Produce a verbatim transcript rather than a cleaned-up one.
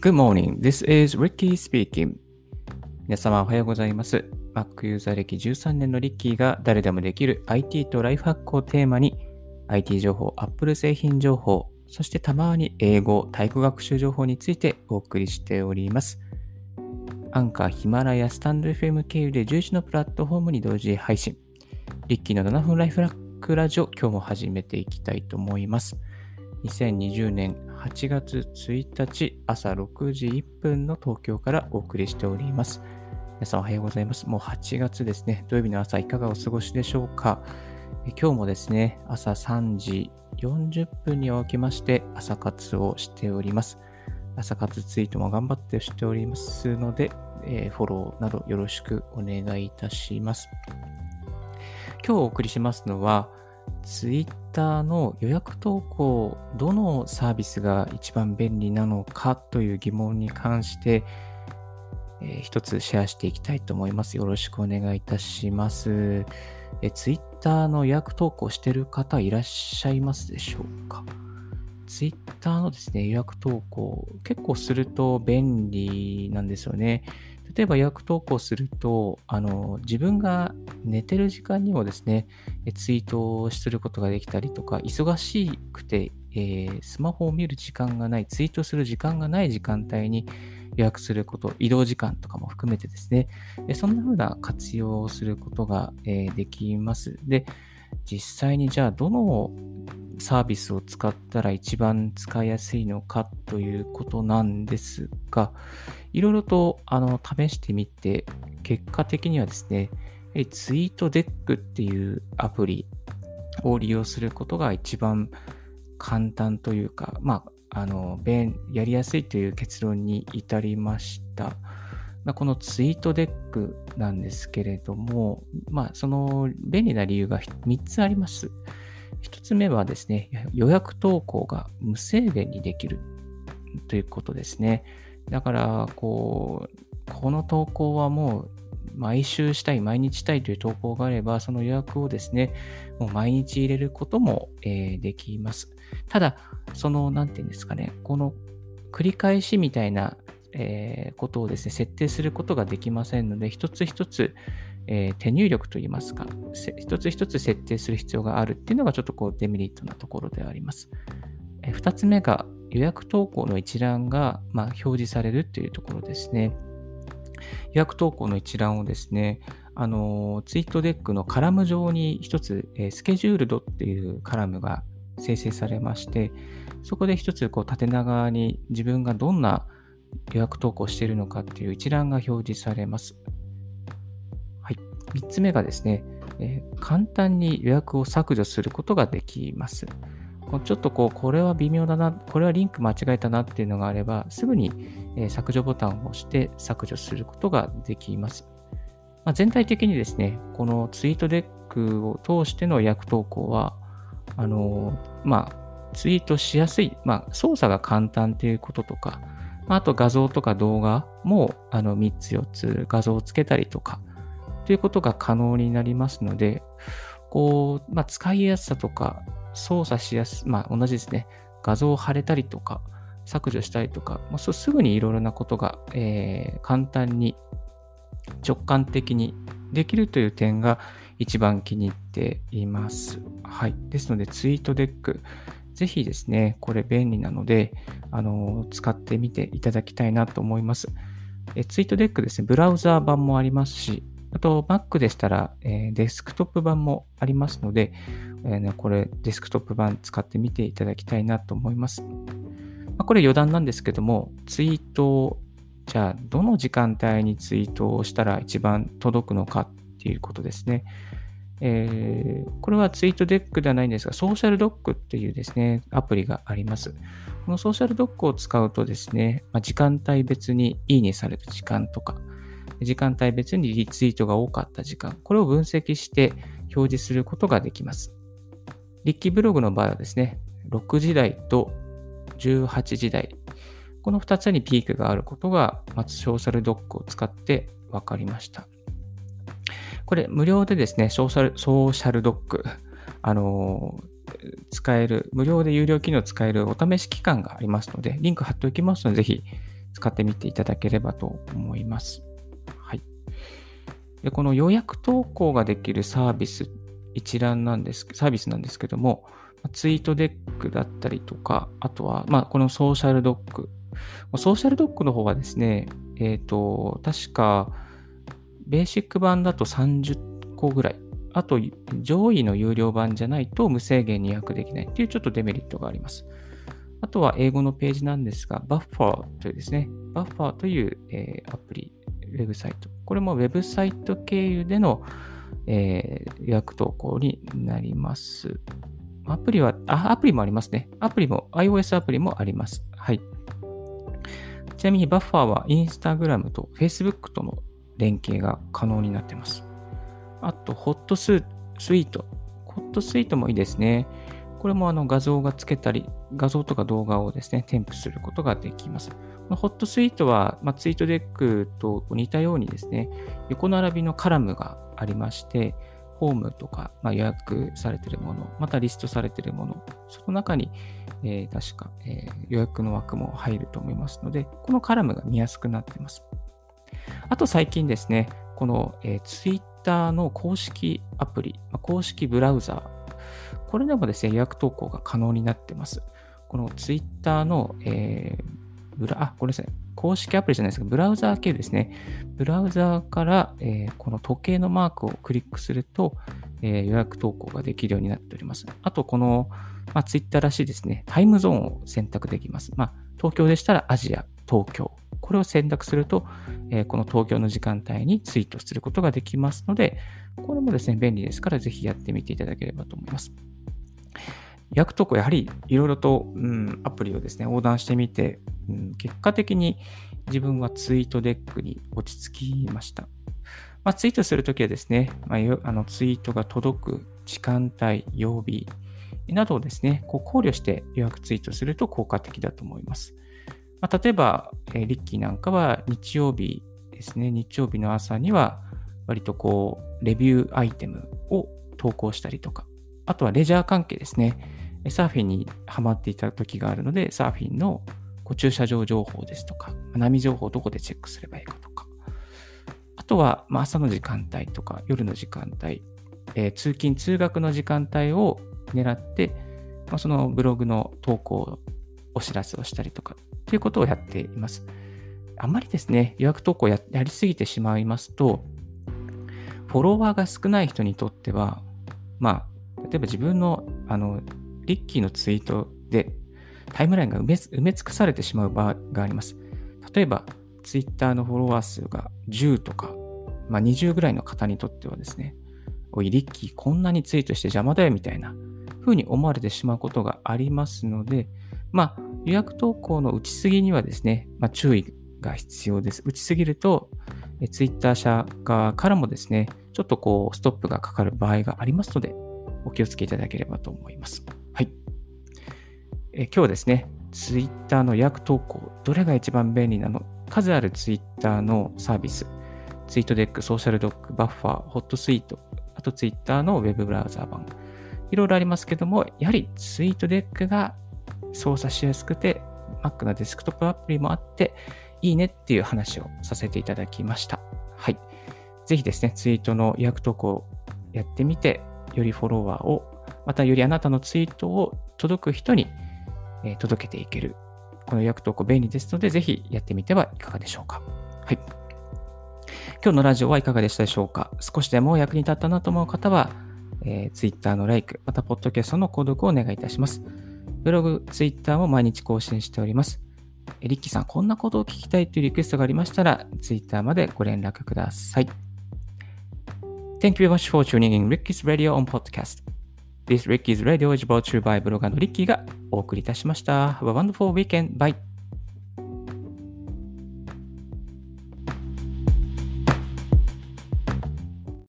Good morning. This is Ricky speaking. 皆様おはようございます。Mac ユーザー歴じゅうさんねんのリッキーが誰でもできる アイティー とライフハックをテーマに アイティー 情報、Apple 製品情報、そしてたまに英語、体育学習情報についてお送りしております。アンカー、ヒマラヤ、スタンド エフエム 経由でじゅういちのプラットフォームに同時配信。リッキーのななふんライフハックラジオ、今日も始めていきたいと思います。にせんにじゅうねんはちがつついたち朝ろくじいっぷんの東京からお送りしております。皆さんおはようございます。もうはちがつですね。土曜日の朝いかがお過ごしでしょうか。え今日もですね、朝さんじよんじゅっぷんに起きまして朝活をしております。朝活ツイートも頑張ってしておりますので、えー、フォローなどよろしくお願いいたします。今日お送りしますのは、ツイッターの予約投稿、どのサービスが一番便利なのかという疑問に関して、えー、一つシェアしていきたいと思います。よろしくお願いいたします。えツイッターの予約投稿している方いらっしゃいますでしょうか。ツイッターのですね、予約投稿、結構すると便利なんですよね。例えば予約投稿すると、あの、自分が寝てる時間にもですね、ツイートをすることができたりとか、忙しくて、えー、スマホを見る時間がない、ツイートする時間がない時間帯に予約すること、移動時間とかも含めてですね、そんな風な活用をすることが、えー、できます。で、実際にじゃあどのサービスを使ったら一番使いやすいのかということなんですが、いろいろとあの試してみて、結果的にはですね、ツイートデックっていうアプリを利用することが一番簡単というか、まあ、あの、便、やりやすいという結論に至りました。まあ、このツイートデックなんですけれども、まあ、その便利な理由がみっつあります。一つ目はですね、予約投稿が無制限にできるということですね。だから、こう、この投稿はもう毎週したい、毎日したいという投稿があれば、その予約をですね、もう毎日入れることも、えー、できます。ただ、その、なんていうんですかね、この繰り返しみたいな、えー、ことをですね、設定することができませんので、一つ一つ、えー、手入力といいますか、一つ一つ設定する必要があるっていうのがちょっとこうデメリットなところであります。えー、二つ目が予約投稿の一覧が、まあ、表示されるというところですね。予約投稿の一覧をですね、あのツイートデックのカラム上に一つ、えー、スケジュールドっていうカラムが生成されまして、そこで一つこう縦長に自分がどんな予約投稿をしているのかっていう一覧が表示されます。はい。みっつめがですね、えー、簡単に予約を削除することができます。ちょっとこう、これは微妙だな、これはリンク間違えたなっていうのがあれば、すぐに、えー、削除ボタンを押して削除することができます。まあ、全体的にですね、このツイートデックを通しての予約投稿は、あのー、まあ、ツイートしやすい、まあ、操作が簡単ということとか、あと画像とか動画もあのみっつよっつ画像をつけたりとかということが可能になりますので、こう、まあ、使いやすさとか操作しやす、まあ同じですね、画像を貼れたりとか削除したりとか、もうすぐにいろいろなことが、えー、簡単に直感的にできるという点が一番気に入っています。はい。ですのでツイートデック、ぜひですね、これ便利なので、あの、使ってみていただきたいなと思います。えツイートデックですね、ブラウザー版もありますし、あと Mac でしたら、えー、デスクトップ版もありますので、えーね、これデスクトップ版使ってみていただきたいなと思います。まあ、これ余談なんですけども、ツイートを、じゃあどの時間帯にツイートをしたら一番届くのかっていうことですね。えー、これはツイートデックではないんですが、ソーシャルドックっていうですね、アプリがあります。このソーシャルドックを使うとですね、まあ、時間帯別にいいねされる時間とか、時間帯別にリツイートが多かった時間、これを分析して表示することができます。リッキーブログの場合はですね、ろくじ台とじゅうはちじ台、このふたつにピークがあることが、まずソーシャルドックを使って分かりました。これ無料でですね、ソーシャル、ソーシャルドック、あのー、使える、無料で有料機能使えるお試し期間がありますので、リンク貼っておきますので、ぜひ使ってみていただければと思います。はい。で、この予約投稿ができるサービス、一覧なんです、サービスなんですけども、ツイートデックだったりとか、あとは、まあ、このソーシャルドック。ソーシャルドックの方はですね、えっと、確か、ベーシック版だとさんじゅっこぐらい。あと、上位の有料版じゃないと無制限に予約できないっていうちょっとデメリットがあります。あとは英語のページなんですが、Buffer というですね、Buffer という、えー、アプリ、ウェブサイト。これもウェブサイト経由での、えー、予約投稿になります。アプリは、あ、アプリもありますね。アプリも、iOS アプリもあります。はい。ちなみに Buffer は Instagram と Facebook との連携が可能になっています。あと、HotSuite。HotSuite もいいですね。これもあの画像がつけたり、画像とか動画をですね、添付することができます。HotSuite は、まあ、ツイートデックと似たようにですね、横並びのカラムがありまして、ホームとか、まあ、予約されているもの、またリストされているもの、その中に、えー、確か、えー、予約の枠も入ると思いますので、このカラムが見やすくなっています。あと最近ですね、この、えー、Twitter の公式アプリ、公式ブラウザー、これでもですね、予約投稿が可能になっています。この Twitter の、えー、ブラ、あ、これですね、公式アプリじゃないですか、ブラウザー系ですね。ブラウザーから、えー、この時計のマークをクリックすると、えー、予約投稿ができるようになっております。あと、この、まあ、Twitter らしいですね、タイムゾーンを選択できます。まあ、東京でしたらアジア、東京。これを選択すると、えー、この東京の時間帯にツイートすることができますので、これもですね、便利ですから、ぜひやってみていただければと思います。予約投稿、やはりいろいろと、うん、アプリをですね、横断してみて、うん、結果的に自分はツイートデックに落ち着きました。まあ、ツイートするときはですね、まあ、あのツイートが届く時間帯、曜日などをですね、こう考慮して予約ツイートすると効果的だと思います。まあ、例えば、えー、リッキーなんかは日曜日ですね、日曜日の朝には割とこう、レビューアイテムを投稿したりとか、あとはレジャー関係ですね。サーフィンにハマっていた時があるので、サーフィンのこう駐車場情報ですとか、波情報をどこでチェックすればいいかとか、あとは、まあ、朝の時間帯とか夜の時間帯、えー、通勤・通学の時間帯を狙って、まあ、そのブログの投稿、お知らせをしたりとかということをやっています。あんまりですね、予約投稿 や, やりすぎてしまいますと、フォロワーが少ない人にとっては、まあ、例えば自分の、あの、リッキーのツイートでタイムラインが埋め、埋め尽くされてしまう場合があります。例えば、ツイッターのフォロワー数がじゅうとか、まあ、にじゅうぐらいの方にとってはですね、おい、リッキーこんなにツイートして邪魔だよみたいな風に思われてしまうことがありますので、まあ、予約投稿の打ちすぎにはですね、まあ、注意が必要です。打ちすぎると、ツイッター社側からもですね、ちょっとこう、ストップがかかる場合がありますので、お気をつけいただければと思います。はい。え今日はですね、ツイッターの予約投稿、どれが一番便利なの？数あるツイッターのサービス、ツイートデック、ソーシャルドック、バッファー、ホットスイート、あとツイッターのウェブブラウザー版、いろいろありますけども、やはりツイートデックが操作しやすくて、Mac のデスクトップアプリもあって、いいねっていう話をさせていただきました。はい。ぜひですね、ツイートの予約投稿をやってみて、よりフォロワーを、またよりあなたのツイートを届く人に、えー、届けていける。この予約投稿便利ですので、ぜひやってみてはいかがでしょうか。はい。今日のラジオはいかがでしたでしょうか。少しでも役に立ったなと思う方は、えー、Twitter の Like、またポッドキャストの購読をお願いいたします。ブログ、Twitter も毎日更新しております。リッキーさん、こんなことを聞きたいというリクエストがありましたら、Twitter までご連絡ください。Thank you very much for tuning in Ricky's Radio on Podcast.This Ricky's Radio is brought to you by ブロガーのリッキーがお送りいたしました。Have a wonderful weekend. Bye.